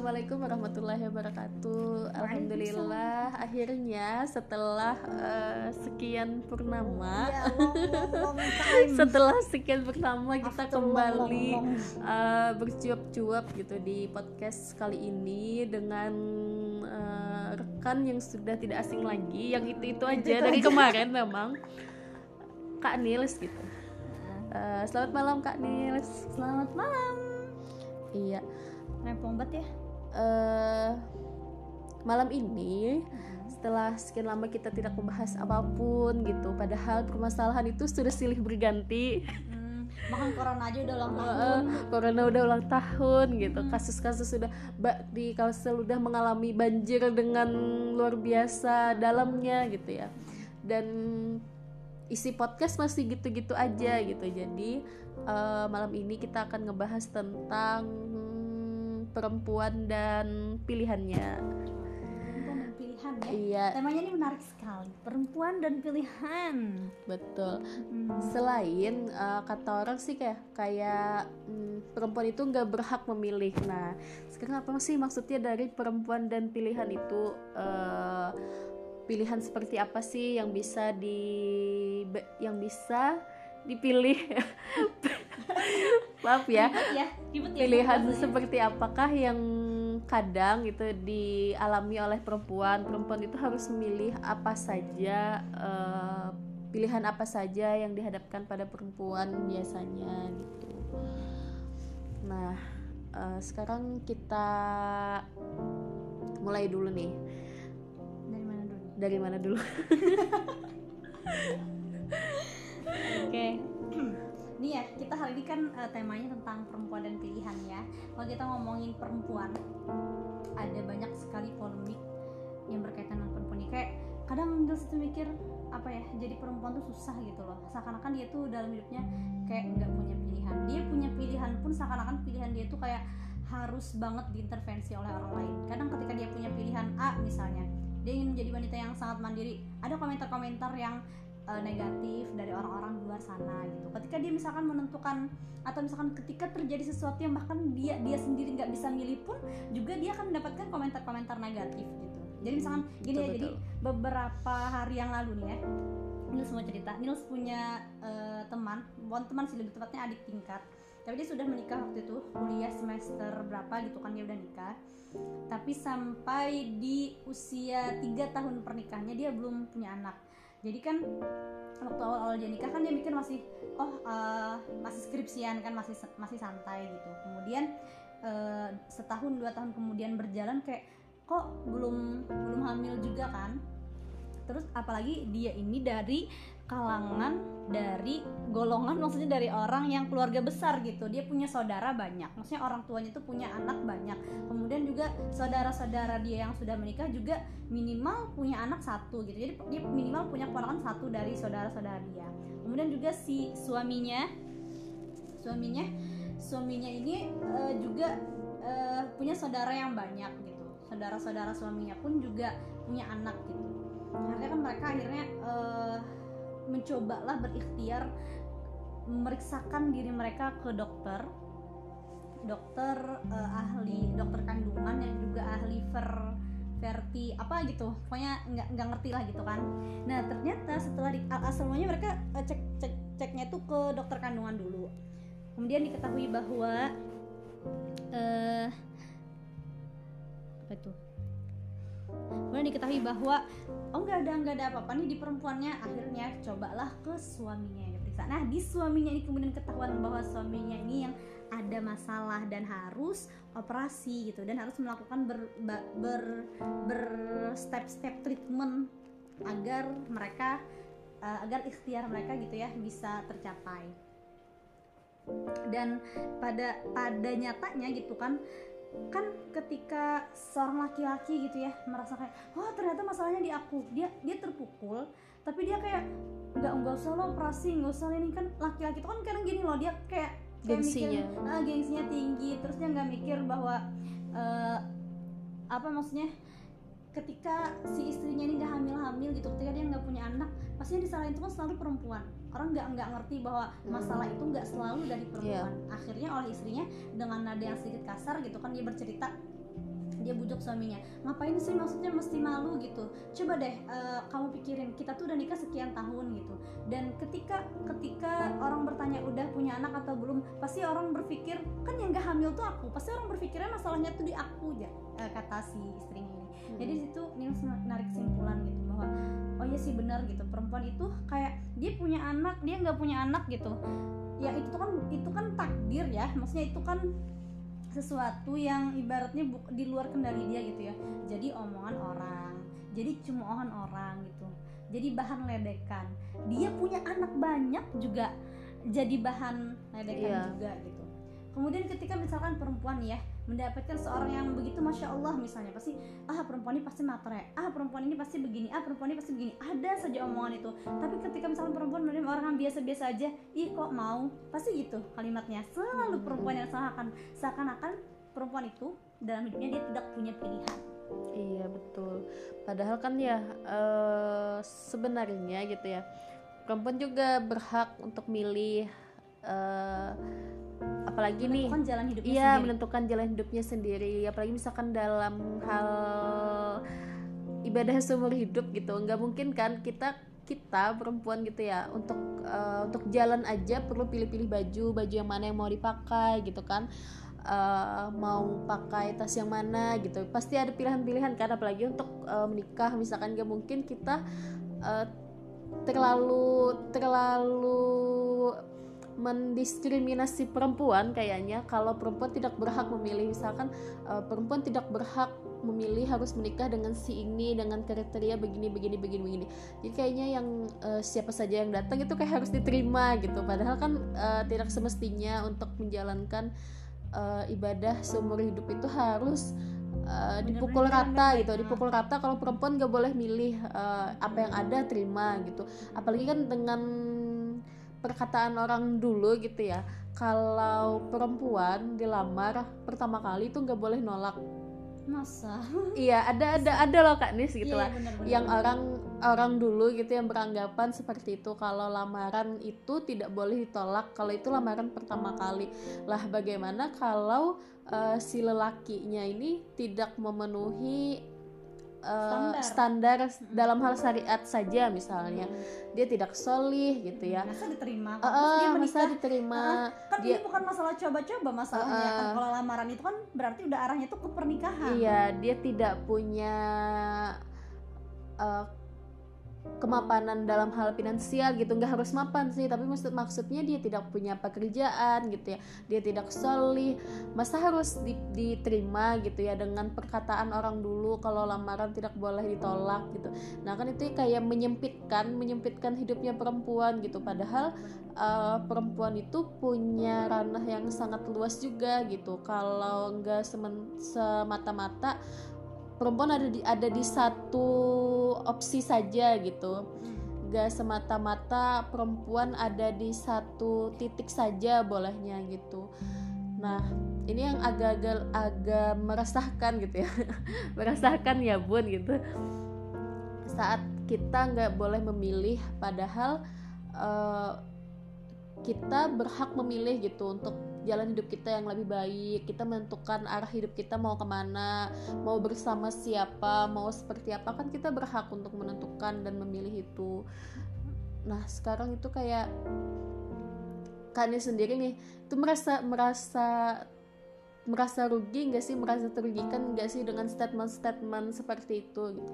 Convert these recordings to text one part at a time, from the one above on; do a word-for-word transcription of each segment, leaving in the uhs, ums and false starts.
Assalamualaikum warahmatullahi wabarakatuh. Alhamdulillah akhirnya setelah uh, sekian purnama ya, long, long, long time. setelah sekian purnama kita After kembali long, long, long. Uh, bercuap-cuap gitu di podcast kali ini dengan uh, rekan yang sudah tidak asing lagi, yang itu-itu aja itu dari aja. kemarin memang, Kak Nils gitu. Uh, selamat malam Kak Nils. Selamat malam. Iya. Rempong banget ya. Uh, malam ini setelah sekian lama kita tidak membahas apapun gitu, padahal permasalahan itu sudah silih berganti. Hmm, bahkan corona aja udah ulang tahun. Uh, corona udah ulang tahun gitu. Kasus-kasus sudah ba- di Kalsel udah mengalami banjir dengan luar biasa dalamnya gitu ya. Dan isi podcast masih gitu-gitu aja gitu. Jadi uh, malam ini kita akan ngebahas tentang perempuan dan pilihannya. Perempuan dan pilihan ya. Iya. Temanya ini menarik sekali. Perempuan dan pilihan. Betul. Hmm. Selain uh, kata orang sih kayak kayak hmm, perempuan itu nggak berhak memilih. Nah, sekarang apa sih maksudnya dari perempuan dan pilihan itu? Uh, pilihan seperti apa sih yang bisa di yang bisa dipilih? Maaf ya, Ribet ya, ribet ya, pilihan bahasanya. seperti apakah yang kadang itu dialami oleh perempuan. Perempuan itu harus memilih apa saja, uh, pilihan apa saja yang dihadapkan pada perempuan biasanya gitu. Nah, uh, sekarang kita mulai dulu nih. Dari mana dulu? Dari mana dulu? Oke. Nih ya, kita hari ini kan uh, temanya tentang perempuan dan pilihan ya. Kalau kita ngomongin perempuan, ada banyak sekali polemik yang berkaitan dengan perempuan ini. Kayak kadang Gils tuh mikir apa ya, jadi perempuan tuh susah gitu loh. Seakan-akan dia tuh dalam hidupnya kayak nggak punya pilihan. Dia punya pilihan pun seakan-akan pilihan dia tuh kayak harus banget diintervensi oleh orang lain. Kadang ketika dia punya pilihan A misalnya, dia ingin menjadi wanita yang sangat mandiri, ada komentar-komentar yang Uh, negatif dari orang-orang di luar sana gitu. Ketika dia misalkan menentukan atau misalkan ketika terjadi sesuatu yang bahkan dia dia sendiri nggak bisa milih pun juga dia akan mendapatkan komentar-komentar negatif gitu. Jadi misalkan gini betul, ya, betul. jadi beberapa hari yang lalu nih ya, Nils mau cerita, Nils punya uh, teman, bukan teman sih, lebih tepatnya adik tingkat. Tapi dia sudah menikah waktu itu, kuliah semester berapa gitu kan dia udah nikah. Tapi sampai di usia tiga tahun pernikahannya dia belum punya anak. Jadi kan waktu awal-awal dia nikah kan dia mikir masih oh uh, masih skripsian kan, masih masih santai gitu. Kemudian uh, setahun dua tahun kemudian berjalan kayak kok belum belum hamil juga kan. Terus apalagi dia ini dari kalangan, dari golongan, maksudnya dari orang yang keluarga besar gitu. Dia punya saudara banyak, maksudnya orang tuanya tuh punya anak banyak. Kemudian juga saudara-saudara dia yang sudah menikah juga minimal punya anak satu gitu. Jadi dia minimal punya keponakan satu dari saudara-saudara dia. Kemudian juga si suaminya suaminya suaminya ini uh, juga uh, punya saudara yang banyak gitu. Saudara-saudara suaminya pun juga punya anak gitu. Akhirnya kan mereka akhirnya uh, mencobalah berikhtiar memeriksakan diri mereka ke dokter dokter uh, ahli dokter kandungan yang juga ahli ver verti apa gitu, pokoknya nggak nggak ngerti lah gitu kan. Nah ternyata setelah di, semuanya mereka uh, cek cek ceknya tuh ke dokter kandungan dulu. Kemudian diketahui bahwa uh, apa itu Kemudian diketahui bahwa oh nggak ada nggak ada apa-apa nih di perempuannya. Akhirnya cobalah ke suaminya yang diperiksa. Nah di suaminya ini kemudian ketahuan bahwa suaminya ini yang ada masalah dan harus operasi gitu, dan harus melakukan ber, ber, ber step-step treatment agar mereka uh, agar ikhtiar mereka gitu ya bisa tercapai. Dan pada pada nyatanya gitu kan kan ketika seorang laki-laki gitu ya merasa kayak wah oh, ternyata masalahnya di aku, dia dia terpukul tapi dia kayak nggak nggak usah lo operasi, nggak usah ini. Kan laki-laki itu kan kadang gini loh, dia kayak kayak Gengsinya. mikir ah, gengsinya tinggi, terus dia nggak mikir bahwa uh, apa maksudnya ketika si istrinya ini nggak hamil-hamil gitu, ketika dia nggak punya anak, pastinya disalahin itu kan selalu perempuan. Orang nggak nggak ngerti bahwa masalah itu nggak selalu dari perempuan. Yeah. Akhirnya oleh istrinya dengan nada yang sedikit kasar gitu kan dia bercerita, dia bujuk suaminya, ngapain sih, maksudnya mesti malu gitu, coba deh uh, kamu pikirin, kita tuh udah nikah sekian tahun gitu. Dan ketika ketika orang bertanya udah punya anak atau belum, pasti orang berpikir kan yang gak hamil tuh aku, pasti orang berpikirnya masalahnya tuh di aku aja, uh, kata si istrinya ini. hmm. Jadi situ Nils narik kesimpulan gitu bahwa oh iya sih benar gitu, perempuan itu kayak dia punya anak, dia nggak punya anak gitu ya, itu kan itu kan takdir ya, maksudnya itu kan sesuatu yang ibaratnya bu- di luar kendali dia gitu ya, jadi omongan orang, jadi cemoohan orang gitu, jadi bahan ledekan. Dia punya anak banyak juga jadi bahan ledekan Iya. juga gitu. Kemudian ketika misalkan perempuan ya mendapatkan seorang yang begitu masya Allah misalnya, pasti ah perempuan ini pasti matre, ah perempuan ini pasti begini, ah perempuan ini pasti begini, ada saja omongan itu. Tapi ketika misalkan perempuan menerima orang yang biasa-biasa aja, ih kok mau, pasti gitu kalimatnya. Selalu perempuan yang seakan seakan-akan perempuan itu dalam hidupnya dia tidak punya pilihan. Iya betul. Padahal kan ya eh, sebenarnya gitu ya, perempuan juga berhak untuk milih, eh, apalagi nih Menentukan jalan hidupnya iya sendiri. menentukan jalan hidupnya sendiri, apalagi misalkan dalam hal ibadah seumur hidup gitu. Nggak mungkin kan kita kita perempuan gitu ya untuk eh, untuk jalan aja perlu pilih-pilih baju baju yang mana yang mau dipakai gitu kan. Eh, mau pakai tas yang mana gitu, pasti ada pilihan-pilihan kan, apalagi untuk eh, menikah misalkan. Nggak mungkin kita eh, terlalu terlalu mendiskriminasi perempuan kayaknya kalau perempuan tidak berhak memilih. Misalkan uh, perempuan tidak berhak memilih harus menikah dengan si ini dengan kriteria begini begini begini begini. Jadi kayaknya yang uh, siapa saja yang datang itu kayak harus diterima gitu. Padahal kan uh, tidak semestinya untuk menjalankan uh, ibadah seumur hidup itu harus Uh, dipukul rata gitu, dipukul rata. Kalau perempuan gak boleh milih, uh, apa yang ada terima gitu. Apalagi kan dengan perkataan orang dulu gitu ya, kalau perempuan dilamar pertama kali itu gak boleh nolak. Masa? Iya, ada ada ada loh Kak Nis gitu lah. Iya, bener, bener, yang bener. orang orang dulu gitu yang beranggapan seperti itu, kalau lamaran itu tidak boleh ditolak kalau itu lamaran pertama kali. Lah bagaimana kalau uh, si lelakinya ini tidak memenuhi uh, standar. standar dalam hal syariat saja misalnya, dia tidak solih gitu ya, masa diterima uh, terus dia uh, menikah, masa diterima uh, kan dia, ini bukan masalah coba-coba masalahnya. uh, kan kalau lamaran itu kan berarti udah arahnya tuh ke pernikahan. iya, dia tidak punya uh, kemapanan dalam hal finansial gitu. Nggak harus mapan sih, tapi maksud maksudnya dia tidak punya pekerjaan gitu ya, dia tidak solih, masa harus di, diterima gitu ya dengan perkataan orang dulu kalau lamaran tidak boleh ditolak gitu. Nah kan itu kayak menyempitkan menyempitkan hidupnya perempuan gitu. Padahal uh, perempuan itu punya ranah yang sangat luas juga gitu. Kalau nggak semen, semata-mata perempuan ada di ada di satu opsi saja gitu, gak semata-mata perempuan ada di satu titik saja bolehnya gitu. Nah ini yang agak-agak agak meresahkan gitu ya meresahkan ya bun gitu, saat kita nggak boleh memilih padahal uh, kita berhak memilih gitu untuk jalan hidup kita yang lebih baik. Kita menentukan arah hidup kita mau kemana, mau bersama siapa, mau seperti apa, kan kita berhak untuk menentukan dan memilih itu. Nah sekarang itu kayak Kak sendiri nih itu merasa merasa merasa rugi nggak sih, merasa terugikan nggak sih dengan statement-statement seperti itu gitu?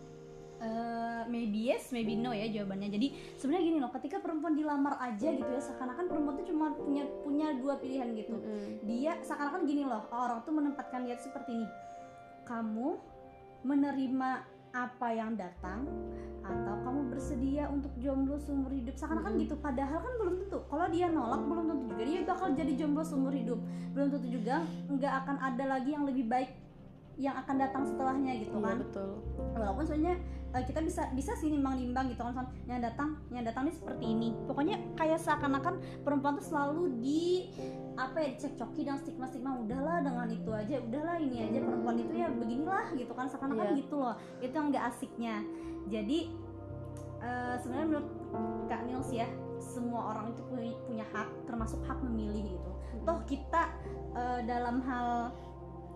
Uh, maybe yes, maybe no ya jawabannya. Jadi sebenarnya gini loh, ketika perempuan dilamar aja gitu ya, seakan-akan perempuan tuh cuma punya punya dua pilihan gitu. Mm-hmm. Dia seakan-akan gini loh, orang tuh menempatkan dia seperti ini. Kamu menerima apa yang datang atau kamu bersedia untuk jomblo seumur hidup, seakan-akan mm-hmm. gitu. Padahal kan belum tentu. Kalau dia nolak belum tentu juga dia bakal jadi jomblo seumur hidup. Belum tentu juga nggak akan ada lagi yang lebih baik yang akan datang setelahnya gitu kan. Iya, betul. Walaupun sebenarnya uh, kita bisa bisa sih nimbang-nimbang gitu kan, yang datang yang datang ini seperti ini. Pokoknya kayak seakan-akan perempuan tuh selalu di apa ya, dicekcoki dan stigma-stigma, udahlah dengan itu aja, udahlah ini aja, perempuan itu ya beginilah gitu kan, seakan-akan yeah. gitu loh. Itu yang enggak asiknya. Jadi uh, sebenarnya menurut Kak Nils ya, semua orang itu punya, punya hak, termasuk hak memilih gitu. Toh kita uh, dalam hal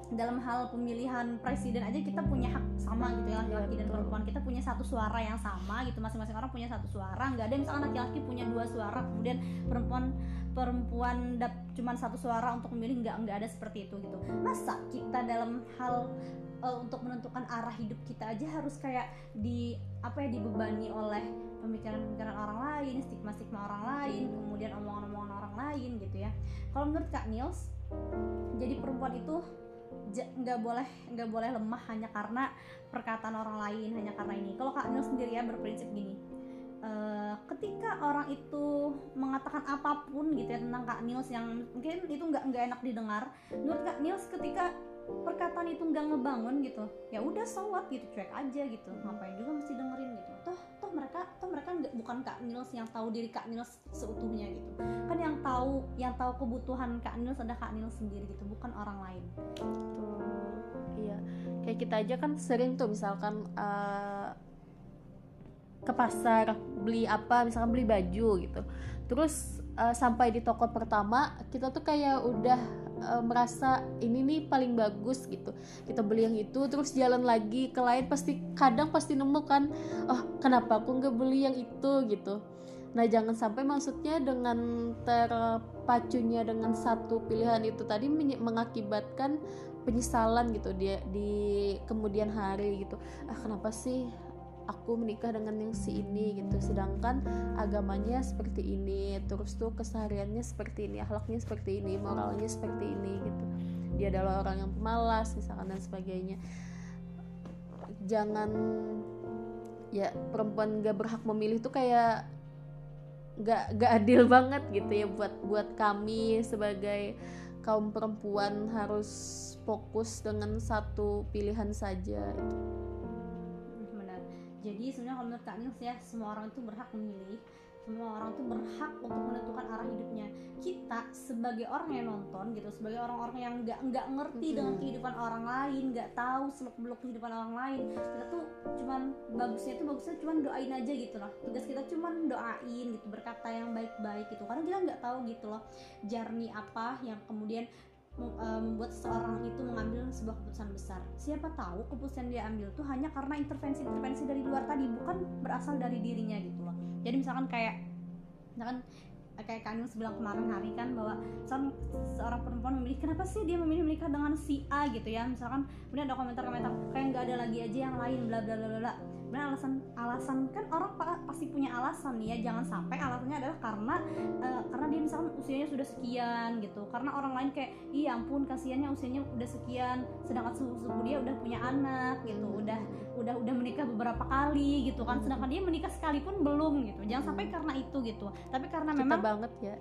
dalam hal pemilihan presiden aja kita punya hak sama gitu ya, laki-laki dan perempuan, kita punya satu suara yang sama gitu, masing-masing orang punya satu suara. Nggak ada misalkan laki-laki punya dua suara kemudian perempuan perempuan dap cuman satu suara untuk memilih, nggak nggak ada seperti itu gitu. Masa kita dalam hal uh, untuk menentukan arah hidup kita aja harus kayak di apa ya dibebani oleh pemikiran-pemikiran orang lain, stigma-stigma orang lain, kemudian omongan-omongan orang lain gitu ya. Kalau menurut Kak Nils, jadi perempuan itu nggak boleh nggak boleh lemah hanya karena perkataan orang lain, hanya karena ini. Kalau Kak Nils sendiri ya berprinsip gini, uh, ketika orang itu mengatakan apapun gitu ya tentang Kak Nils yang mungkin itu nggak nggak enak didengar, menurut Kak Nils ketika perkataan itu nggak ngebangun gitu, ya udah so what gitu, cuek aja gitu, ngapain juga mesti dengerin gitu. Toh toh mereka toh mereka nggak, bukan Kak Nils yang tahu diri Kak Nils seutuhnya gitu kan, yang tahu yang tahu kebutuhan Kak Nils ada Kak Nils sendiri gitu, bukan orang lain. Tuh, iya, kayak kita aja kan sering tuh misalkan uh, ke pasar beli apa, misalkan beli baju gitu, terus uh, sampai di toko pertama kita tuh kayak udah uh, merasa ini nih paling bagus gitu, kita beli yang itu, terus jalan lagi ke lain pasti kadang pasti nemu kan, oh kenapa aku nggak beli yang itu gitu. Nah jangan sampai maksudnya dengan terpacunya dengan satu pilihan itu tadi mengakibatkan penyesalan gitu dia di kemudian hari gitu, ah kenapa sih aku menikah dengan yang si ini gitu, sedangkan agamanya seperti ini, terus tuh kesehariannya seperti ini, akhlaknya seperti ini, moralnya seperti ini gitu, dia adalah orang yang pemalas misalkan dan sebagainya. Jangan ya, perempuan gak berhak memilih tuh kayak gak, gak adil banget gitu ya buat buat kami sebagai kaum perempuan, harus fokus dengan satu pilihan saja gitu. Jadi sebenarnya kalau menurut Kak Nils ya, semua orang itu berhak memilih, semua orang itu berhak untuk menentukan arah hidupnya. Kita sebagai orang yang nonton gitu, sebagai orang-orang yang nggak nggak ngerti mm-hmm. dengan kehidupan orang lain, nggak tahu seluk-beluk kehidupan orang lain, kita tuh cuman bagusnya tuh bagusnya cuman doain aja gitu loh. Tugas kita cuman doain gitu, berkata yang baik-baik gitu, karena kita nggak tahu gitu loh journey apa yang kemudian membuat seseorang itu mengambil sebuah keputusan besar. Siapa tahu keputusan dia ambil tuh hanya karena intervensi-intervensi dari luar tadi, bukan berasal dari dirinya gitu loh. Jadi misalkan kayak misalkan kayak Kak Nils bilang kemarin hari kan, bahwa seorang perempuan memilih, kenapa sih dia memilih menikah dengan si A gitu ya, misalkan kemudian ada komentar-komentar kayak nggak ada lagi aja yang lain bla bla bla bla. Benar, alasan alasan kan orang pasti punya alasan nih ya, jangan sampai alasannya adalah karena uh, karena dia misalkan usianya sudah sekian gitu, karena orang lain kayak iya ampun kasihannya usianya udah sekian, sedangkan sepupu dia udah punya anak gitu, udah udah udah menikah beberapa kali gitu kan, sedangkan dia menikah sekalipun belum gitu. Jangan sampai karena itu gitu, tapi karena kita memang banget ya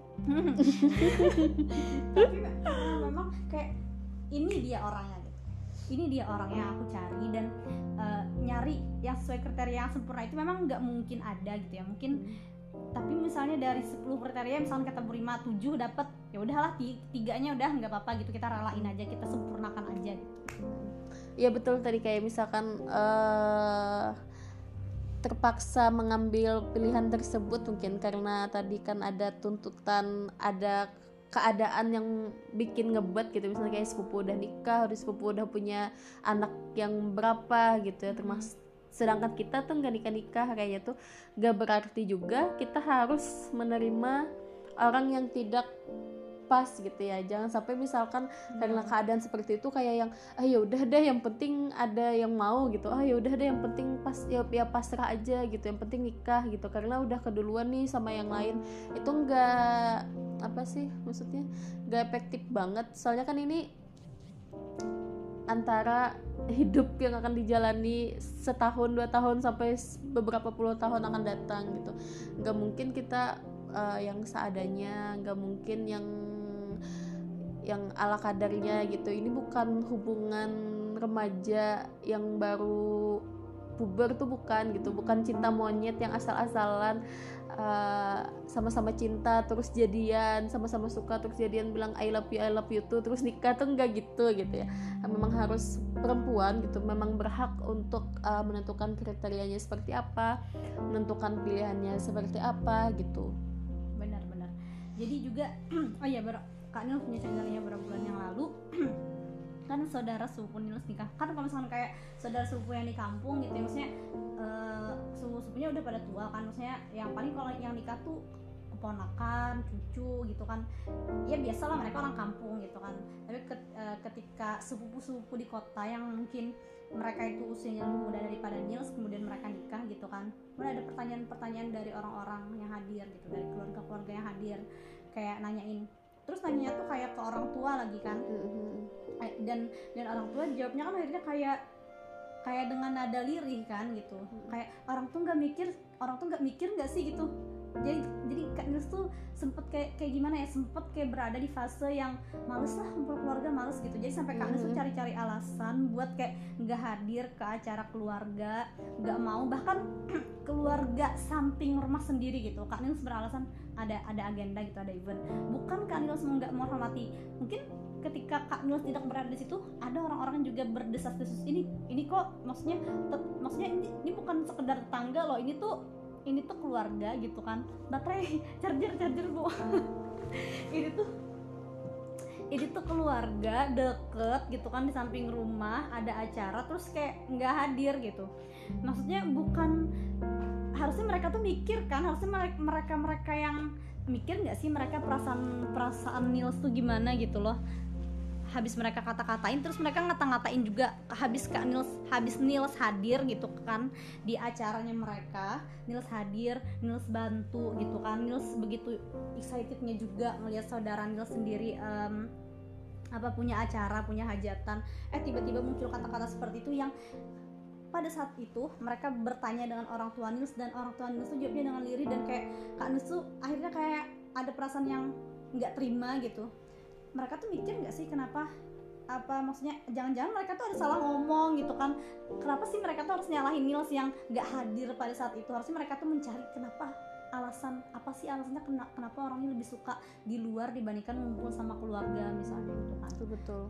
tapi karena memang kayak ini dia orangnya gitu, ini dia orang yang aku cari, dan uh, nyari yang sesuai kriteria yang sempurna itu memang nggak mungkin ada gitu ya, mungkin hmm. tapi misalnya dari sepuluh kriteria misalnya kita beri lima, tujuh dapat, ya udahlah tiganya udah nggak apa-apa gitu, kita relain aja, kita sempurnakan aja gitu. Iya betul, tadi kayak misalkan uh, terpaksa mengambil pilihan tersebut mungkin karena tadi kan ada tuntutan, ada keadaan yang bikin ngebet gitu, misalnya kayak sepupu udah nikah, udah sepupu udah punya anak yang berapa gitu ya, termasuk sedangkan kita tuh nggak nikah-nikah, kayaknya tuh nggak berarti juga kita harus menerima orang yang tidak pas gitu ya. Jangan sampai misalkan hmm. karena keadaan seperti itu kayak yang ah ya udah deh yang penting ada yang mau gitu, ah ya udah deh yang penting pas ya, ya pasrah aja gitu, yang penting nikah gitu karena udah keduluan nih sama yang lain. Itu nggak apa sih maksudnya, nggak efektif banget. Soalnya kan ini antara hidup yang akan dijalani setahun dua tahun sampai beberapa puluh tahun akan datang gitu. Nggak mungkin kita uh, yang seadanya, nggak mungkin yang yang ala kadarnya gitu. Ini bukan hubungan remaja yang baru puber tuh, bukan gitu, bukan cinta monyet yang asal-asalan uh, sama-sama cinta terus jadian, sama-sama suka terus jadian bilang I love you I love you tuh terus nikah tuh, enggak gitu gitu ya. Memang harus perempuan gitu memang berhak untuk uh, menentukan kriterianya seperti apa, menentukan pilihannya seperti apa gitu. Benar-benar. Jadi juga oh ya ber- Kak Nil punya ceritanya beberapa bulan yang lalu kan saudara sepupu Nils nikah. Kan kalau misalkan kayak saudara sepupu yang di kampung gitu ya, maksudnya uh, sepupu-sepupunya udah pada tua kan, maksudnya yang paling kalau yang nikah tuh keponakan, cucu gitu kan, ya biasalah mereka orang kampung gitu kan. Tapi ketika sepupu-sepupu di kota yang mungkin mereka itu usianya lebih muda daripada Nils, kemudian mereka nikah gitu kan, kemudian ada pertanyaan-pertanyaan dari orang-orang yang hadir gitu, dari keluarga-keluarga yang hadir, kayak nanyain, terus nanya tuh kayak ke orang tua lagi kan, dan dan orang tua jawabnya kan akhirnya kayak kayak dengan nada lirih kan gitu, kayak orang tuh nggak mikir orang tuh nggak mikir nggak sih gitu. Jadi jadi Kak Nils tuh sempet kayak kayak gimana ya, sempet kayak berada di fase yang males lah kumpul keluarga, males gitu. Jadi sampai Kak Nils tuh cari-cari alasan buat kayak nggak hadir ke acara keluarga, nggak mau bahkan keluarga samping rumah sendiri gitu. Kak Nils beralasan ada ada agenda gitu, ada event. Bukan Kak Nils nggak menghormati, mungkin ketika Kak Nils tidak berada di situ, ada orang-orang juga berdesas-desus, ini ini kok maksudnya te- maksudnya ini ini bukan sekedar tetangga loh, ini tuh ini tuh keluarga gitu kan. Baterai charger charger bu ini tuh ini tuh keluarga deket gitu kan, di samping rumah ada acara terus kayak nggak hadir gitu. Maksudnya bukan, harusnya mereka tuh mikir kan, harusnya mereka mereka yang mikir nggak sih mereka perasaan perasaan Nils tuh gimana gitu loh. Habis mereka kata-katain, terus mereka ngata-ngatain juga. Habis Kak Nils, habis Nils hadir gitu kan di acaranya mereka, Nils hadir, Nils bantu gitu kan. Nils begitu excitednya juga ngelihat saudara Nils sendiri um, apa punya acara, punya hajatan. Eh tiba-tiba muncul kata-kata seperti itu yang pada saat itu mereka bertanya dengan orang tua Nils, dan orang tua Nils tuh jawabnya dengan lirih, dan kayak Kak Nils tuh akhirnya kayak ada perasaan yang nggak terima gitu. Mereka tuh mikir nggak sih kenapa, apa maksudnya jangan-jangan mereka tuh ada salah ngomong gitu kan, kenapa sih mereka tuh harus nyalahin Nils yang nggak hadir pada saat itu. Harusnya mereka tuh mencari kenapa, alasan apa sih alasannya, kenapa orangnya lebih suka di luar dibandingkan ngumpul sama keluarga misalnya gitu kan. Betul betul.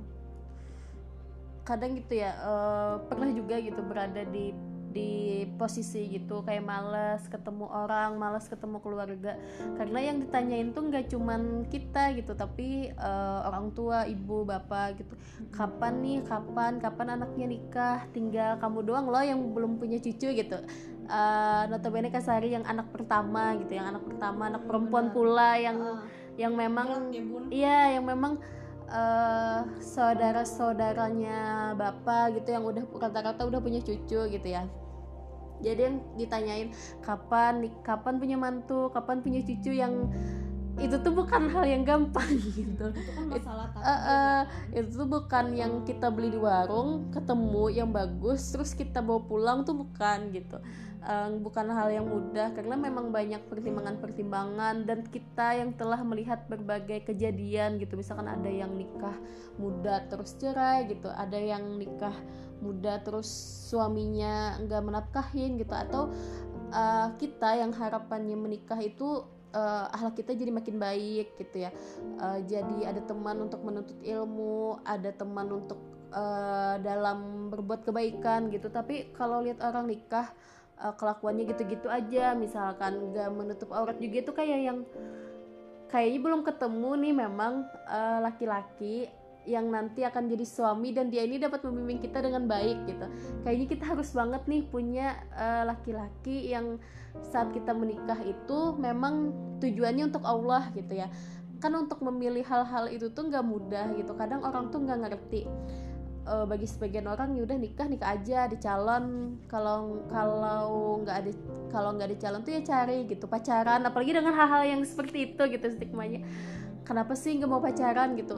Kadang gitu ya, uh, pernah juga gitu berada di di posisi gitu, kayak malas ketemu orang, malas ketemu keluarga, karena yang ditanyain tuh nggak cuman kita gitu, tapi uh, orang tua, ibu, bapak gitu. Kapan nih, kapan, kapan anaknya nikah? Tinggal kamu doang loh yang belum punya cucu gitu. Uh, notabene Kasari yang anak pertama gitu, yang anak pertama, anak perempuan Benar. pula yang uh, yang memang ya, iya, yang memang Uh, saudara-saudaranya bapak gitu yang udah rata-rata udah punya cucu gitu ya. Jadi yang ditanyain kapan kapan punya mantu, kapan punya cucu, yang itu tuh bukan hal yang gampang gitu. Itu kan masalah uh, uh, itu tuh bukan yang kita beli di warung ketemu yang bagus terus kita bawa pulang tuh, bukan gitu. Uh, bukan hal yang mudah, karena memang banyak pertimbangan-pertimbangan, dan kita yang telah melihat berbagai kejadian gitu. Misalkan ada yang nikah muda terus cerai gitu, ada yang nikah muda terus suaminya nggak menafkahin gitu, atau uh, kita yang harapannya menikah itu uh, akhlak kita jadi makin baik gitu ya. Uh, jadi ada teman untuk menuntut ilmu, ada teman untuk uh, dalam berbuat kebaikan gitu. Tapi kalau lihat orang nikah uh, kelakuannya gitu-gitu aja, misalkan nggak menutup aurat juga, itu kayak yang kayaknya belum ketemu nih memang uh, laki-laki yang nanti akan jadi suami dan dia ini dapat membimbing kita dengan baik gitu. Kayaknya kita harus banget nih punya uh, laki-laki yang saat kita menikah itu memang tujuannya untuk Allah gitu ya. Kan untuk memilih hal-hal itu tuh nggak mudah gitu. Kadang orang tuh nggak ngerti. Uh, bagi sebagian orang ya udah nikah nikah aja, di calon, kalau kalau nggak ada kalau nggak ada calon tuh ya cari gitu pacaran, apalagi dengan hal-hal yang seperti itu gitu stigmanya. Kenapa sih nggak mau pacaran gitu?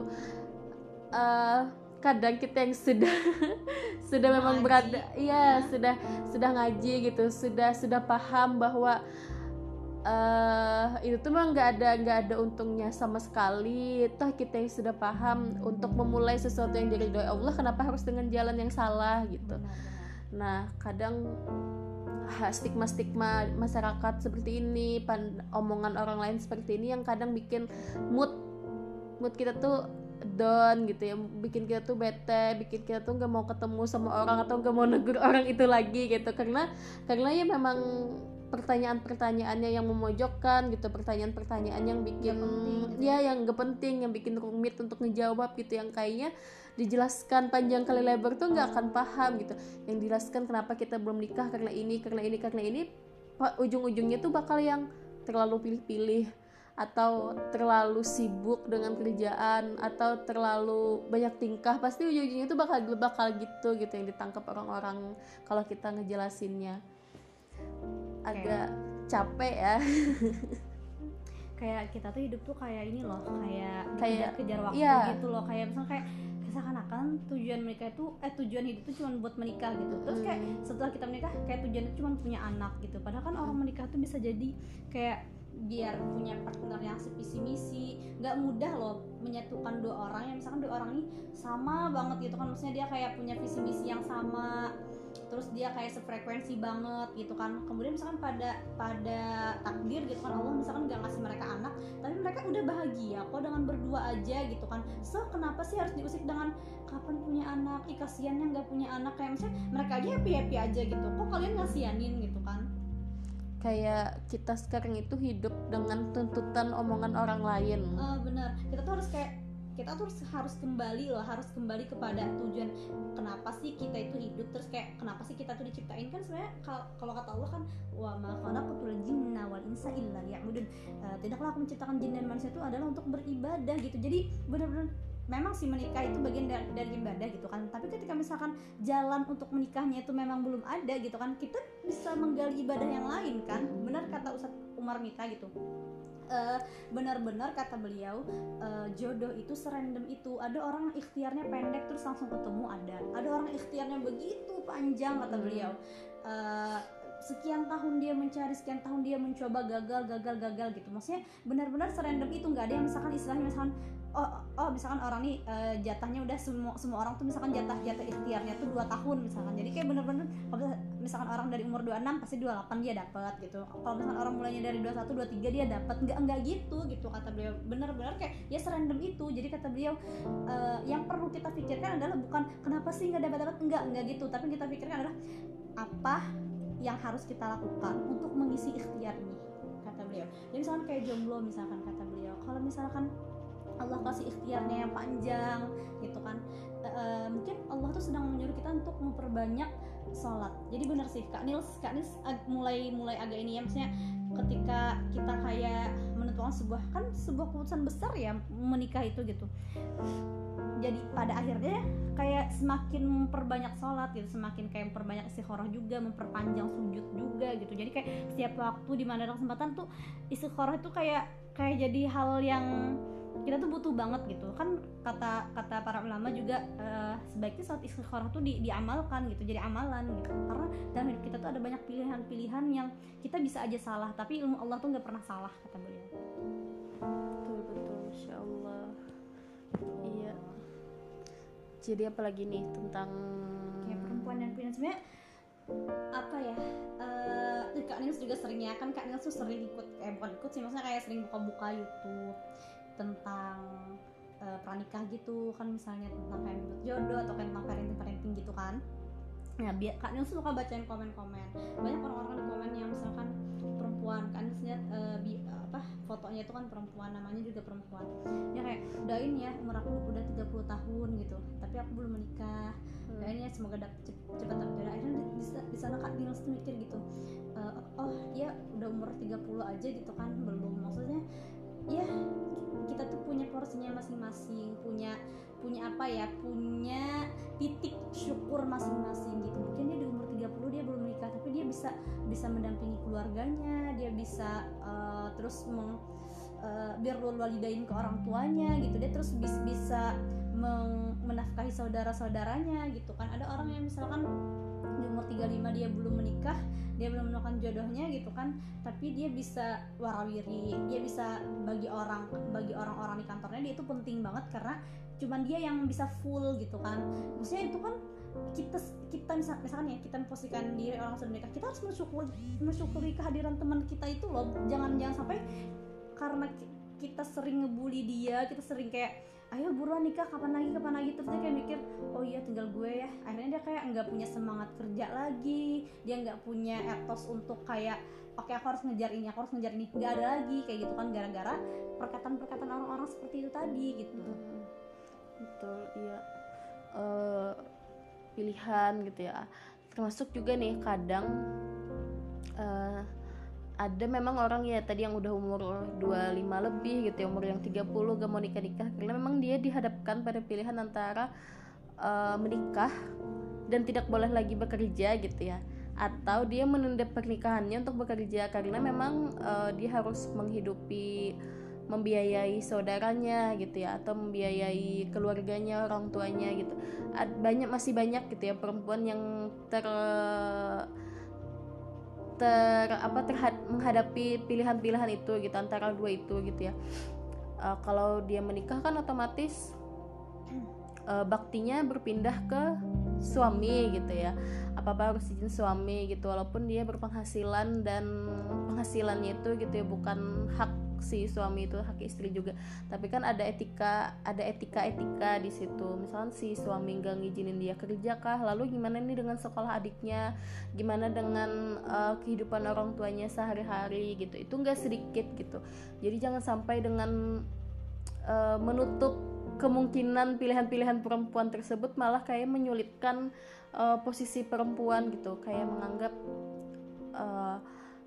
Uh, kadang kita yang sudah sudah ngaji. Memang berada iya sudah sudah ngaji gitu, sudah sudah paham bahwa uh, itu tuh memang nggak ada nggak ada untungnya sama sekali. Toh kita yang sudah paham untuk memulai sesuatu yang diridhoi Allah, kenapa harus dengan jalan yang salah gitu. Nah kadang stigma-stigma masyarakat seperti ini, pan, omongan orang lain seperti ini yang kadang bikin mood mood kita tuh down gitu ya, bikin kita tuh bete, bikin kita tuh nggak mau ketemu sama orang atau nggak mau negur orang itu lagi gitu, karena karena ya memang pertanyaan-pertanyaannya yang memojokkan gitu, pertanyaan-pertanyaan yang bikin gak penting, ya yang nggak penting, yang bikin rumit untuk ngejawab gitu, yang kayaknya dijelaskan panjang kali lebar tuh nggak akan paham gitu. Yang dijelaskan kenapa kita belum nikah karena ini, karena ini, karena ini, ujung-ujungnya tuh bakal yang terlalu pilih-pilih, atau terlalu sibuk dengan kerjaan, atau terlalu banyak tingkah. Pasti ujung-ujungnya tuh bakal bakal gitu gitu yang ditangkap orang-orang kalau kita ngejelasinnya. Agak capek ya. Kayak kita tuh hidup tuh kayak ini loh, kayak Kayak, kejar waktu iya. gitu loh, kayak misalnya kayak seakan-akan tujuan menikah itu eh tujuan hidup itu cuma buat menikah gitu. Terus kayak setelah kita menikah kayak tujuan itu cuma punya anak gitu. Padahal kan orang menikah tuh bisa jadi kayak biar punya partner yang sevisi misi. Nggak mudah loh menyatukan dua orang yang misalkan dua orang ini sama banget gitu kan, maksudnya dia kayak punya visi misi yang sama, terus dia kayak sefrekuensi banget gitu kan. Kemudian misalkan pada pada takdir gitu kan, Allah misalkan gak ngasih mereka anak, tapi mereka udah bahagia kok dengan berdua aja gitu kan. So kenapa sih harus diusik dengan kapan punya anak? Ih kasihan yang gak punya anak, kayak misalnya mereka aja happy happy aja gitu, kok kalian ngasihanin gitu kan. Kayak kita sekarang itu hidup dengan tuntutan omongan orang lain. Uh, benar, kita tuh harus kayak kita tuh harus, harus kembali loh, harus kembali kepada tujuan kenapa sih kita itu hidup, terus kayak kenapa sih kita tuh diciptain. Kan sebenarnya kalau kata Allah kan, wa ma khalaqatul jinna wal insa illa liya'budun, uh, tidaklah aku menciptakan jin dan manusia itu adalah untuk beribadah gitu. Jadi benar-benar memang sih menikah itu bagian dari, dari ibadah gitu kan. Tapi ketika misalkan jalan untuk menikahnya itu memang belum ada gitu kan, kita bisa menggali ibadah yang lain kan. Benar kata Ustadz Umar Mita gitu, Uh, benar-benar kata beliau, uh, jodoh itu serandom itu. Ada orang ikhtiarnya pendek terus langsung ketemu, ada ada orang ikhtiarnya begitu panjang kata beliau, uh, sekian tahun dia mencari, sekian tahun dia mencoba, gagal gagal gagal gitu. Maksudnya benar-benar serandom itu, nggak ada yang misalkan istilahnya misalkan oh oh misalkan orang nih uh, jatahnya udah semua semua orang tuh misalkan jatah jatah ikhtiarnya tuh dua tahun misalkan. Jadi kayak bener-bener kalau misalkan orang dari umur dua puluh enam pasti dua puluh delapan dia dapat gitu. Kalau misalkan orang mulainya dari dua puluh satu dua puluh tiga dia dapat, enggak enggak gitu gitu kata beliau. Bener-bener kayak ya serandom itu. Jadi kata beliau uh, yang perlu kita pikirkan adalah bukan kenapa sih enggak dapat-dapat, enggak enggak gitu, tapi kita pikirkan adalah apa yang harus kita lakukan untuk mengisi ikhtiar ini kata beliau. Jadi misalkan kayak jomblo misalkan kata beliau, kalau misalkan Allah kasih ikhtiarnya yang panjang gitu kan, e, e, mungkin Allah tuh sedang menyuruh kita untuk memperbanyak sholat. Jadi benar sih Kak Nils, Kak Nils ag- mulai mulai agak ini ya, maksudnya ketika kita kayak menentukan sebuah kan sebuah keputusan besar ya menikah itu gitu. Jadi pada akhirnya kayak semakin memperbanyak sholat gitu, semakin kayak memperbanyak istikharah juga, memperpanjang sujud juga gitu. Jadi kayak setiap waktu di mana ada kesempatan tuh istikharah itu kayak kayak jadi hal yang kita tuh butuh banget gitu kan. Kata kata para ulama juga uh, sebaiknya saat istikharah tuh di, diamalkan gitu, jadi amalan gitu. Karena dalam hidup kita tuh ada banyak pilihan-pilihan yang kita bisa aja salah, tapi ilmu Allah tuh nggak pernah salah kata beliau. Betul betul, Masya Allah. Iya. Jadi apalagi nih tentang kayak perempuan dan pilihan sebenarnya apa ya, uh, Kak Nils juga seringnya kan Kak Nils tuh sering ikut eh bukan ikut sih, maksudnya kayak sering buka-buka YouTube tentang uh, pranikah gitu kan, misalnya tentang kayak jodoh atau kayak tentang parenting-parenting gitu kan. Nah, biar Kak Nils suka bacain komen-komen. Banyak orang-orang di komen yang misalkan perempuan, Kak Nils lihat uh, bi- apa fotonya itu kan perempuan, namanya juga perempuan. Ya kayak doain ya umur aku udah tiga puluh tahun gitu, tapi aku belum menikah. Doain ya semoga dapet cepat dapet jodoh. Akhirnya di, di sana Kak Nils tuh mikir gitu. Uh, oh, ya udah umur tiga puluh aja gitu kan, belum, maksudnya ya kita tuh punya porsinya masing-masing, punya punya apa ya, punya titik syukur masing-masing gitu. Mungkin dia di umur tiga puluh dia belum menikah, tapi dia bisa bisa mendampingi keluarganya, dia bisa uh, terus meng, uh, birrul walidain ke orang tuanya gitu, dia terus bis, bisa meng, menafkahi saudara-saudaranya gitu kan. Ada orang yang misalkan di umur tiga puluh lima dia belum menikah, dia belum menemukan jodohnya gitu kan, tapi dia bisa warawiri, dia bisa bagi orang bagi orang-orang di kantornya, dia itu penting banget karena cuman dia yang bisa full gitu kan. Maksudnya itu kan kita kita misal, misalkan ya kita memposisikan diri orang sudah menikah, kita harus mensyukuri mensyukuri kehadiran teman kita itu loh. Jangan jangan sampai karena kita sering ngebully dia, kita sering kayak ayo buruan nikah, kapan lagi kapan lagi, terus dia kayak mikir oh iya tinggal gue ya. Akhirnya dia kayak nggak punya semangat kerja lagi, dia nggak punya etos untuk kayak oke okay, aku harus ngejar ini, aku harus ngejar ini, nggak ada lagi kayak gitu kan, gara-gara perkataan-perkataan orang-orang seperti itu tadi gitu. betul, iya. uh, pilihan gitu ya. Termasuk juga nih kadang uh, ada memang orang ya tadi yang udah umur dua puluh lima lebih gitu ya, umur yang tiga puluh gak mau nikah-nikah karena memang dia dihadapkan pada pilihan antara uh, menikah dan tidak boleh lagi bekerja gitu ya, atau dia menunda pernikahannya untuk bekerja karena memang uh, dia harus menghidupi, membiayai saudaranya gitu ya, atau membiayai keluarganya, orang tuanya gitu. Banyak, masih banyak gitu ya perempuan yang ter ter apa terhad, menghadapi pilihan-pilihan itu gitu, antara dua itu gitu ya. Uh, kalau dia menikah kan otomatis uh, baktinya berpindah ke suami gitu ya, apa-apa harus izin suami gitu, walaupun dia berpenghasilan dan penghasilannya itu gitu ya bukan hak si suami, itu hak istri juga, tapi kan ada etika ada etika-etika di situ. Misalkan si suami nggak ngizinin dia kerja kah, lalu gimana nih dengan sekolah adiknya, gimana dengan uh, kehidupan orang tuanya sehari-hari gitu, itu nggak sedikit gitu. Jadi jangan sampai dengan uh, menutup kemungkinan pilihan-pilihan perempuan tersebut malah kayak menyulitkan uh, posisi perempuan gitu, kayak menganggap uh,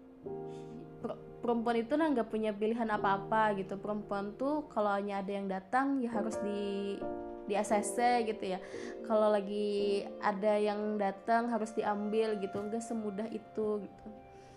perempuan itu nah nggak punya pilihan apa-apa gitu. Perempuan tuh kalau hanya ada yang datang ya harus di di A C C gitu ya, kalau lagi ada yang datang harus diambil gitu, nggak semudah itu gitu.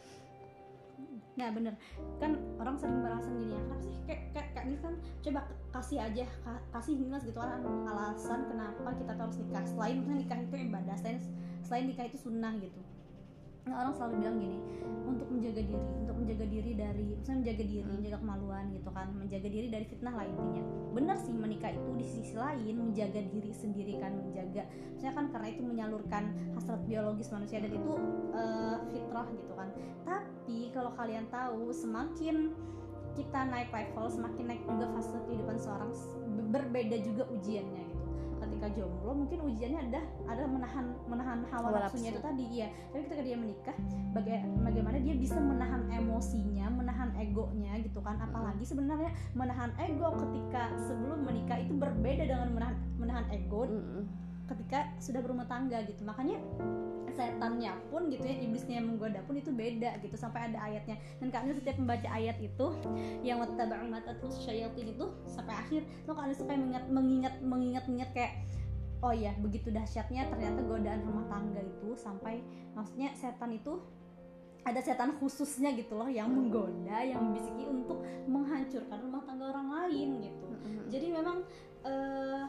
Nah bener kan, orang sering beralasan gini ya, kenapa sih kayak kayak kak Nis kan coba kasih aja kasih Ninas gitu kan alasan kenapa kita harus nikah, selain misalnya nikah itu ibadah, selain selain nikah itu sunnah gitu. Nah, orang selalu bilang gini, untuk menjaga diri, untuk menjaga diri dari, misalnya menjaga diri, hmm. menjaga kemaluan gitu kan, menjaga diri dari fitnah lah intinya. Benar sih, menikah itu di sisi lain menjaga diri sendiri kan, menjaga, misalnya kan karena itu menyalurkan hasrat biologis manusia dan itu uh, fitrah gitu kan. Tapi kalau kalian tahu, semakin kita naik level, semakin naik juga fase kehidupan seorang, berbeda juga ujiannya gitu. Ketika jomblo mungkin ujiannya ada adalah menahan menahan hawa nafsunya itu tadi ya, tapi ketika dia menikah baga- bagaimana dia bisa menahan emosinya, menahan egonya gitu kan. Apalagi sebenarnya menahan ego ketika sebelum menikah itu berbeda dengan menahan menahan ego ketika sudah berumah tangga gitu. Makanya setannya pun gitu ya, iblisnya yang menggoda pun itu beda gitu, sampai ada ayatnya. Dan kalian setiap membaca ayat itu yang wattaba'u ma tatlus syayatin itu sampai akhir tuh kalian suka mengingat mengingat mengingat-ingat kayak oh ya begitu dahsyatnya ternyata godaan rumah tangga itu, sampai maksudnya setan itu ada setan khususnya gitu loh yang menggoda, yang membisiki untuk menghancurkan rumah tangga orang lain gitu. Jadi memang uh,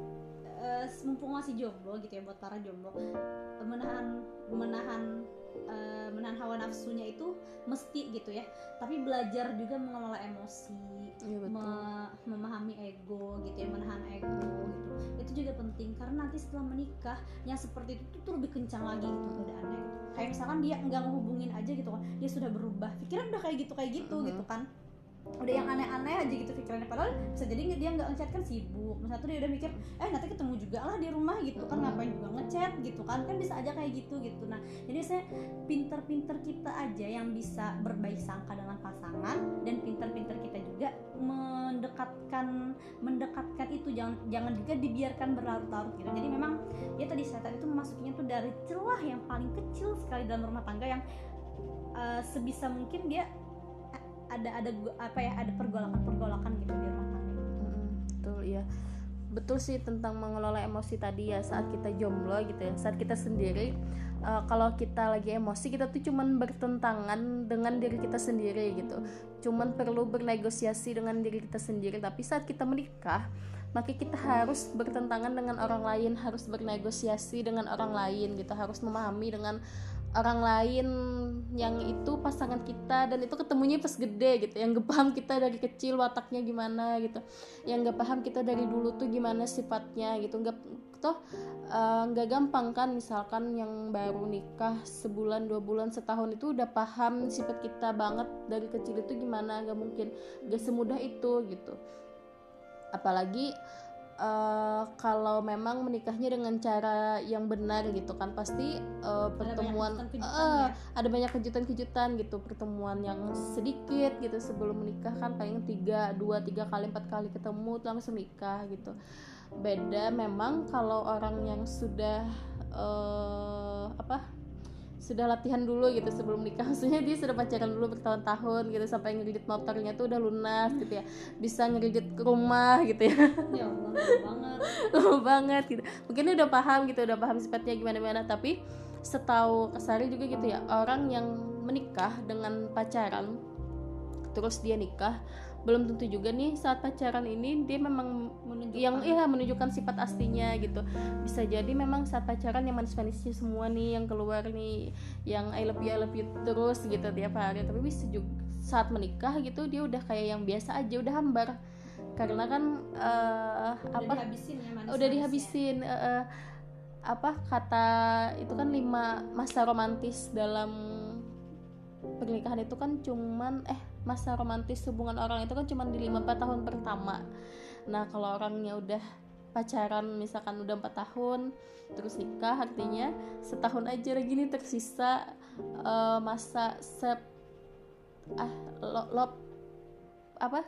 Uh, mumpung masih jomblo gitu ya, buat para jomblo, uh, menahan menahan uh, menahan hawa nafsunya itu mesti gitu ya, tapi belajar juga mengelola emosi, ya, me- memahami ego gitu ya, menahan ego gitu, itu juga penting karena nanti setelah menikah yang seperti itu tuh lebih kencang lagi gitu godaannya gitu. Kayak misalkan dia nggak menghubungin aja gitu kan, dia sudah berubah pikiran, udah kayak gitu kayak gitu uh-huh. gitu kan, udah yang aneh-aneh aja gitu pikirannya, padahal bisa jadi dia nggak ngechat kan sibuk, misalnya tuh dia udah mikir eh nanti ketemu juga lah di rumah gitu kan, ngapain juga ngechat gitu kan, kan bisa aja kayak gitu gitu. Nah jadi saya pinter-pinter kita aja yang bisa berbaik sangka dengan pasangan, dan pinter-pinter kita juga mendekatkan mendekatkan itu, jangan jangan juga dibiarkan berlarut-larut gitu. Jadi memang ya tadi setan itu memasukinya tuh dari celah yang paling kecil sekali dalam rumah tangga, yang uh, sebisa mungkin dia ada ada apa ya ada pergolakan-pergolakan gitu di rumah tangga. Hmm, betul ya, betul sih tentang mengelola emosi tadi ya, saat kita jomblo gitu ya, saat kita sendiri uh, kalau kita lagi emosi kita tuh cuman bertentangan dengan diri kita sendiri gitu, cuman perlu bernegosiasi dengan diri kita sendiri. Tapi saat kita menikah maka kita harus bertentangan dengan orang lain, harus bernegosiasi dengan orang lain gitu, harus memahami dengan orang lain yang itu pasangan kita, dan itu ketemunya pas gede gitu, yang gak paham kita dari kecil wataknya gimana gitu, yang gak paham kita dari dulu tuh gimana sifatnya gitu, nggak toh nggak uh, gampang kan, misalkan yang baru nikah sebulan dua bulan setahun itu udah paham sifat kita banget dari kecil itu gimana, nggak mungkin, nggak semudah itu gitu. Apalagi uh, kalau memang menikahnya dengan cara yang benar gitu kan, pasti uh, pertemuan ada banyak kejutan-kejutan uh, ya. ada banyak kejutan-kejutan gitu, pertemuan yang sedikit gitu sebelum menikah kan paling tiga dua tiga kali empat kali ketemu langsung nikah gitu. Beda memang kalau orang yang sudah uh, apa sudah latihan dulu gitu sebelum nikah, maksudnya dia sudah pacaran dulu bertahun-tahun gitu sampai ngeridit motornya tuh udah lunas gitu ya, bisa ngeridit ke rumah gitu ya. Ya Allah, lama banget. Lama banget gitu, mungkin dia udah paham gitu, udah paham sifatnya gimana-gimana. Tapi setahu Kasari juga gitu ya, orang yang menikah dengan pacaran terus dia nikah, belum tentu juga nih saat pacaran ini dia memang Menunjukkan. yang iya menunjukkan sifat aslinya gitu. Bisa jadi memang saat pacaran yang manis-manisnya semua nih yang keluar nih, yang I love you I love you terus gitu tiap hari, tapi bisa juga saat menikah gitu dia udah kayak yang biasa aja, udah hambar karena kan uh, udah apa dihabisin ya manis udah dihabisin uh, uh, apa kata itu kan lima masa romantis dalam pernikahan itu kan cuman eh masa romantis hubungan orang itu kan cuman di lima empat tahun pertama. Nah kalau orangnya udah pacaran misalkan udah empat tahun terus nikah, artinya setahun aja lagi nih tersisa uh, masa se ah lo, lo apa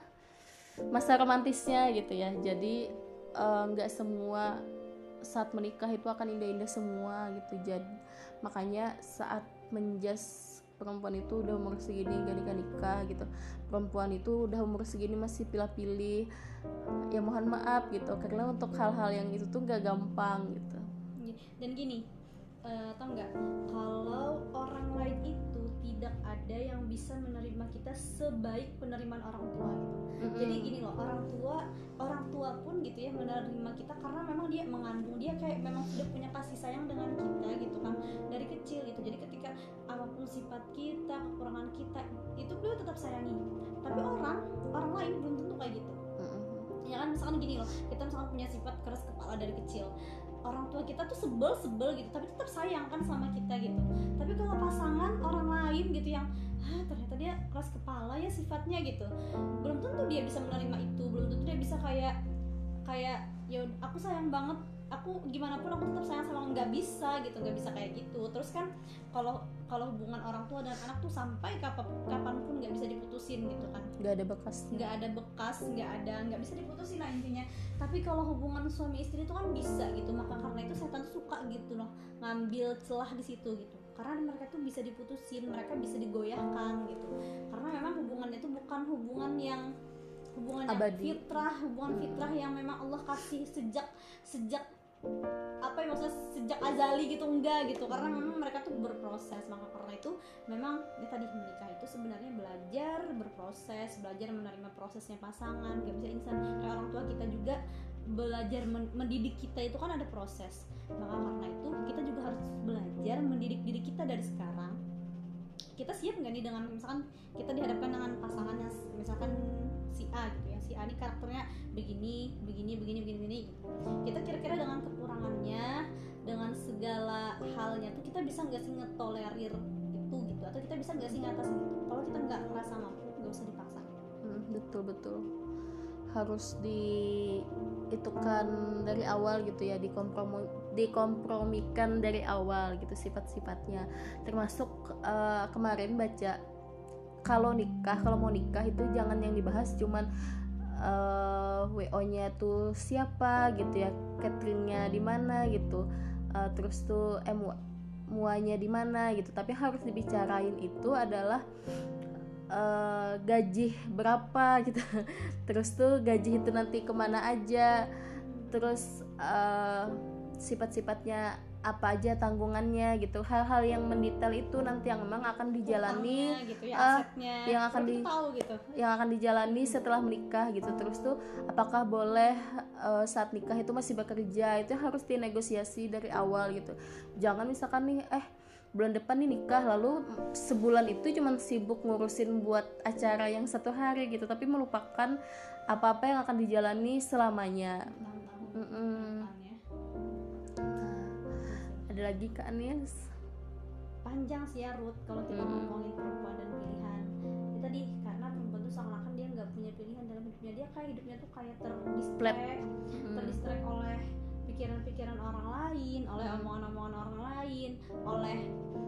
masa romantisnya gitu ya. Jadi nggak uh, semua saat menikah itu akan indah-indah semua gitu. Jadi makanya saat menjas perempuan itu udah umur segini gak nikah-nikah gitu, perempuan itu udah umur segini masih pilih-pilih, ya mohon maaf gitu, karena untuk hal-hal yang itu tuh gak gampang gitu. Dan gini, uh, tau nggak, kalau orang lain itu tidak ada yang bisa menerima kita sebaik penerimaan orang tua gitu. Mm-hmm. Jadi gini loh, orang tua orang tua pun gitu ya menerima kita karena memang dia mengandung, dia kayak memang sudah punya kasih sayang dengan kita gitu kan dari kecil gitu. Jadi ketika apapun sifat kita, kekurangan kita, itu beliau tetap sayangi. Tapi orang orang lain belum tentu kayak gitu. Mm-hmm. Ya kan, misalkan gini loh, kita misalkan punya sifat keras kepala dari kecil, orang tua kita tuh sebel-sebel gitu, tapi tetap sayang kan sama kita gitu. Tapi kalau pasangan orang lain gitu yang ah, ternyata dia keras kepala ya sifatnya gitu, belum tentu dia bisa menerima itu, belum tentu dia bisa kayak kayak ya aku sayang banget, aku gimana pun aku tetap sayang sama, nggak bisa gitu, nggak bisa kayak gitu. Terus kan kalau kalau hubungan orang tua dan anak tuh sampai kapan kapanpun nggak bisa diputusin gitu kan, nggak ada bekas nggak ada bekas nggak ada nggak bisa diputusin lah intinya. Tapi kalau hubungan suami istri itu kan bisa gitu, maka karena itu setan suka gitu loh ngambil celah di situ gitu, karena mereka tuh bisa diputusin, mereka bisa digoyahkan gitu, karena memang hubungan itu bukan hubungan yang hubungan yang fitrah, hubungan fitrah yang memang Allah kasih sejak sejak apa ya maksudnya sejak azali gitu, enggak gitu, karena memang mereka tuh berproses. Maka karena itu memang ya tadi menikah itu sebenarnya belajar berproses, belajar menerima prosesnya pasangan, gak bisa instan. Kayak orang tua kita juga belajar mendidik kita itu kan ada proses. Maka karena itu kita juga harus belajar mendidik diri kita dari sekarang. Kita siap nggak nih dengan misalkan kita dihadapkan dengan pasangan yang misalkan si A gitu ya, si A ini karakternya begini, begini, begini, begini, begini gitu. Kita kira-kira dengan kekurangannya, dengan segala halnya tuh kita bisa nggak sih ngetolerir itu gitu, atau kita bisa nggak sih ngatasin itu? Kalau kita nggak ngerasa mampu, nggak usah dipaksa. Hmm, betul betul. Harus di itu kan dari awal gitu ya, dikompromi dikompromikan dari awal gitu sifat-sifatnya. Termasuk uh, kemarin baca kalau nikah, kalau mau nikah itu jangan yang dibahas cuman uh, W O-nya tuh siapa gitu ya, cateringnya di mana gitu, uh, terus tuh eh, muanya di mana gitu, tapi harus dibicarain itu adalah uh, gaji berapa gitu, terus tuh gaji itu nanti kemana aja, terus uh, sifat-sifatnya apa aja, tanggungannya gitu, hal-hal yang mendetail itu nanti yang memang akan dijalani gitu ya, uh, asetnya, yang akan di tahu gitu. yang akan dijalani setelah menikah gitu. Terus tuh apakah boleh uh, saat nikah itu masih bekerja, itu harus dinegosiasi dari awal gitu. Jangan misalkan nih eh bulan depan nih nikah, lalu sebulan itu cuma sibuk ngurusin buat acara yang satu hari gitu, tapi melupakan apa-apa yang akan dijalani selamanya. Ada lagi Kak Anies? Panjang sih ya Ruth kalau kita hmm. ngomongin perempuan dan pilihan. Ya tadi karena perempuan itu seakan-akan dia nggak punya pilihan dalam hidupnya, dia dia kayak hidupnya tuh kayak Plep. terdistract Hmm. terdistract oleh pikiran-pikiran orang lain, oleh omongan-omongan orang lain, oleh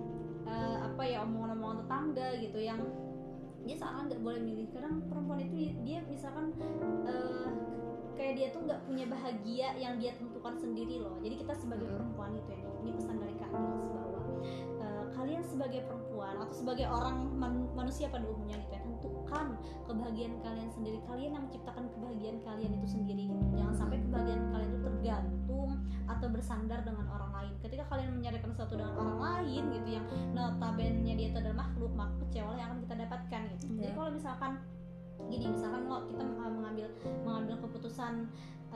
uh, apa ya omongan-omongan tetangga gitu yang dia seakan nggak boleh milih. Kadang perempuan itu dia misalkan uh, kayak dia tuh nggak punya bahagia yang dia tentukan sendiri loh. Jadi kita sebagai perempuan itu ya, ini pesan dari Kak Nils bahwa uh, kalian sebagai perempuan atau sebagai orang man- manusia pada umumnya gitu ya, tentukan kebahagiaan kalian sendiri. Kalian yang menciptakan kebahagiaan kalian itu sendiri gitu. Jangan sampai kebahagiaan kalian itu tergantung atau bersandar dengan orang lain. Ketika kalian menyerahkan sesuatu dengan orang lain gitu yang notabene dia itu adalah makhluk, maka kecewa yang akan kita dapatkan gitu. Yeah. Jadi kalau misalkan gini, misalkan lo kita mengambil mengambil keputusan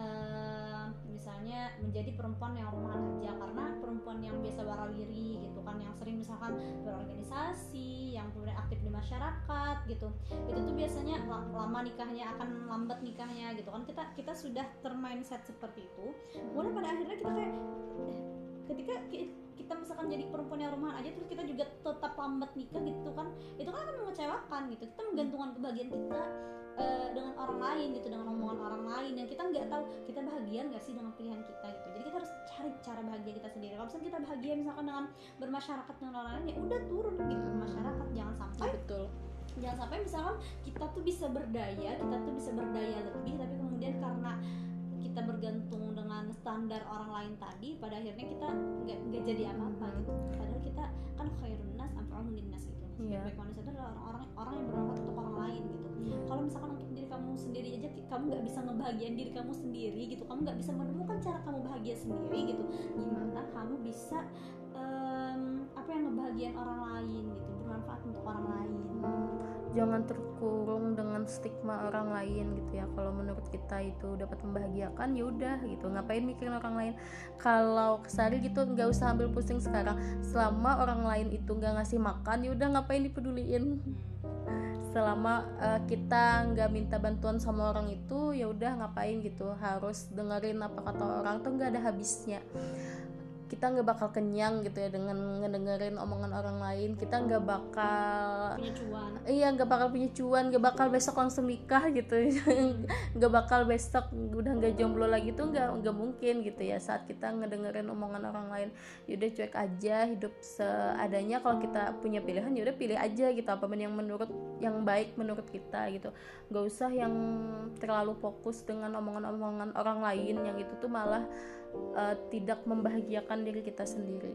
uh, misalnya menjadi perempuan yang rumahan aja, karena perempuan yang biasa warawiri gitu kan, yang sering misalkan berorganisasi, yang kemudian aktif di masyarakat gitu, itu tuh biasanya lama nikahnya, akan lambat nikahnya gitu kan. Kita kita sudah termindset seperti itu, kemudian pada akhirnya kita kayak ketika kita misalkan jadi perempuan yang rumahan aja terus kita juga tetap lambat nikah gitu kan, itu kan akan mengecewakan gitu. Kita menggantungkan kebahagiaan kita uh, dengan orang lain gitu, dengan omongan orang lain yang kita nggak tahu kita bahagia nggak sih dengan pilihan kita gitu. Jadi kita harus cari cara bahagia kita sendiri. Kalau misalkan kita bahagia misalkan dengan bermasyarakat dengan orang lain, ya udah turun gitu masyarakat. Jangan sampai betul jangan sampai misalkan kita tuh bisa berdaya, kita tuh bisa berdaya lebih, tapi kemudian karena kita bergantung dengan standar orang lain tadi, pada akhirnya kita nggak nggak jadi apa-apa gitu. Padahal kita kan khairun nas anfa'uhum linnas gitu. Sebaik manusia itu adalah orang-orang orang yang bermanfaat untuk orang lain gitu. Kalau misalkan untuk diri kamu sendiri aja kamu nggak bisa ngebahagiain diri kamu sendiri gitu, kamu nggak bisa menemukan cara kamu bahagia sendiri gitu, gimana kamu bisa um, apa yang ngebahagiain orang lain gitu, bermanfaat untuk orang lain. Jangan terkurung dengan stigma orang lain gitu ya. Kalau menurut kita itu dapat membahagiakan, ya udah gitu, ngapain mikirin orang lain. Kalau kesari gitu nggak usah ambil pusing sekarang. Selama orang lain itu nggak ngasih makan, ya udah ngapain dipeduliin. Selama uh, kita nggak minta bantuan sama orang itu, ya udah ngapain gitu harus dengerin apa kata orang, tuh nggak ada habisnya. Kita nggak bakal kenyang gitu ya dengan ngedengerin omongan orang lain. Kita nggak bakal punya cuan. Iya, nggak bakal punya cuan, nggak bakal besok langsung nikah gitu, nggak bakal besok udah nggak jomblo lagi tuh nggak nggak mungkin gitu ya. Saat kita ngedengerin omongan orang lain, yaudah cuek aja, hidup seadanya. Kalau kita punya pilihan, yaudah pilih aja gitu apa yang menurut yang baik menurut kita gitu. Nggak usah yang terlalu fokus dengan omongan-omongan orang lain yang itu tuh malah Uh, tidak membahagiakan diri kita sendiri.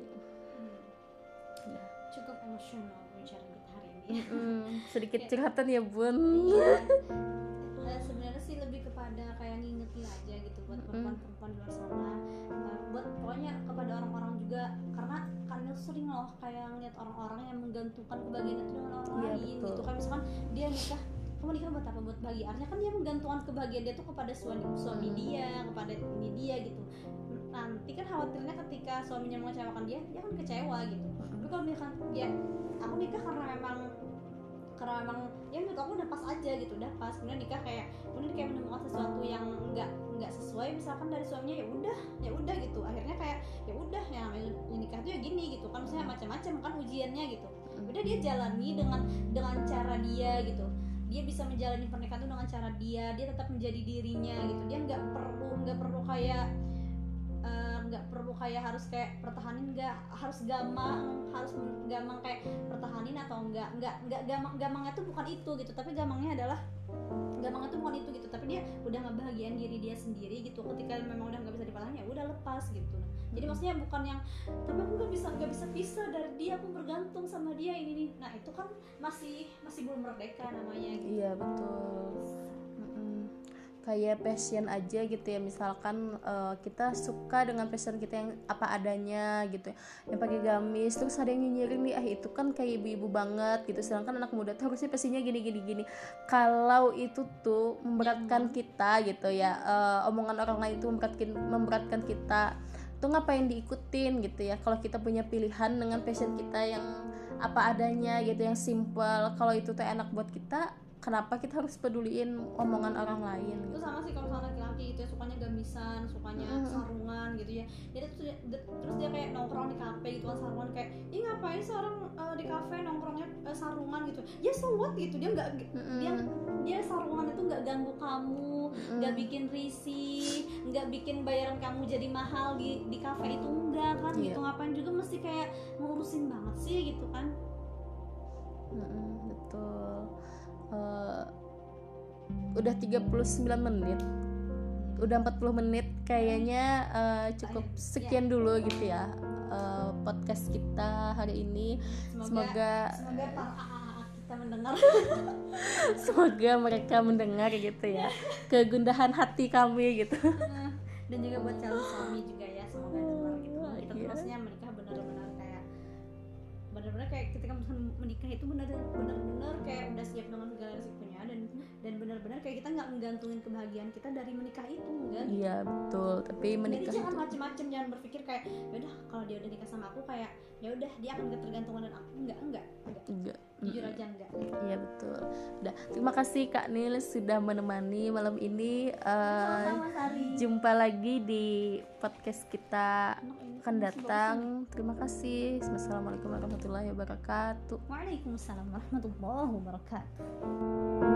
hmm. Cukup emosional bicara kita hari ini. Mm-mm. Sedikit curhatan ya Bun. Iya. Uh, sebenarnya sih lebih kepada kayak ngingetin aja gitu buat mm-hmm. perempuan-perempuan di luar sana, uh, buat pokoknya kepada orang-orang juga, karena kan sering loh kayak ngeliat orang-orang yang menggantungkan kebahagiaan itu dengan orang iya, lain betul. gitu. Kan misalkan dia nikah, kamu nikah buat apa? Buat bahagia. Artinya kan dia menggantungkan kebahagiaan dia tuh kepada suami suami hmm. dia, kepada ini dia gitu. Nanti kan khawatirnya ketika suaminya mengecewakan dia, dia kan kecewa gitu. Hmm. Tapi kalau misalkan ya aku nikah karena memang karena memang ya menurut aku udah pas aja gitu, udah pas. Kemudian nikah kayak kemudian kayak menemukan sesuatu yang nggak nggak sesuai misalkan dari suaminya, ya udah ya udah gitu. Akhirnya kayak ya udah ya nikah tuh ya gini gitu kan, misalnya macam-macam kan ujiannya gitu. Udah dia jalani dengan dengan cara dia gitu. Dia bisa menjalani pernikahan itu dengan cara dia, dia tetap menjadi dirinya gitu. Dia nggak perlu nggak perlu kayak nggak uh, perlu kayak harus kayak pertahanin, nggak harus gamang harus gamang kayak pertahanin atau enggak nggak nggak gamang gamangnya tuh bukan itu gitu, tapi gamangnya adalah gamangnya tuh bukan itu gitu, tapi dia udah ngebahagiain diri dia sendiri gitu. Ketika memang udah nggak bisa dipertahankan, ya udah lepas gitu. Jadi maksudnya bukan yang tapi aku nggak bisa nggak bisa pisah dari dia, aku bergantung sama dia ini nih. Nah itu kan masih masih belum merdeka namanya gitu. Iya betul. Kayak passion aja gitu ya, misalkan uh, kita suka dengan passion kita yang apa adanya gitu ya, yang pakai gamis, terus ada yang nyinyirin nih, ah itu kan kayak ibu-ibu banget gitu, sedangkan anak muda tuh harusnya passionnya gini gini gini. Kalau itu tuh memberatkan kita gitu ya, uh, omongan orang lain tuh memberatkan memberatkan kita, tuh ngapain diikutin gitu ya. Kalau kita punya pilihan dengan passion kita yang apa adanya gitu, yang simple, kalau itu tuh enak buat kita, kenapa kita harus peduliin omongan orang lain Itu gitu. sama sih kalau sama laki-laki gitu ya, sukanya gamisan, sukanya Mm. sarungan gitu ya. Jadi terus dia, de- terus dia kayak nongkrong di kafe gitu kan sarungan, kayak ih ngapain sih orang eh, di kafe nongkrongnya eh, sarungan gitu. Ya so what gitu, dia nggak Mm-mm. dia dia sarungan itu nggak ganggu kamu, nggak Mm. bikin risih, nggak bikin bayaran kamu jadi mahal di di kafe itu, enggak kan Iya. gitu. Ngapain juga mesti kayak ngurusin banget sih gitu kan. Mm-mm, betul. Eh, udah tiga puluh sembilan menit, udah empat puluh menit kayaknya. eh, cukup sekian dulu gitu ya eh, podcast kita hari ini. Semoga Semoga semoga para A A A kita mendengar. semoga mereka mendengar gitu ya kegundahan hati kami gitu. Dan juga buat calon suami juga ya, semoga dengar gitu. Kita tuh Iya. maksudnya menikah benar-benar kayak benar-benar kayak ketika misalnya menikah itu benar-benar kayak udah siap dengan segala resikonya, dan dan benar-benar kayak kita nggak menggantungin kebahagiaan kita dari menikah itu, enggak gitu. Iya betul, tapi Jadi menikah jangan itu macem-macem, jangan berpikir kayak yaudah kalau dia udah nikah sama aku kayak ya udah dia akan ketergantungan dan aku enggak enggak enggak enggak. jujur aja enggak. Iya betul. Udah, terima kasih Kak Nil sudah menemani malam ini. Eh, Sama-sama, Sari. jumpa lagi di podcast kita Anak ini akan masih datang. Terima kasih. Wassalamualaikum warahmatullahi wabarakatuh. Waalaikumsalam warahmatullahi wabarakatuh.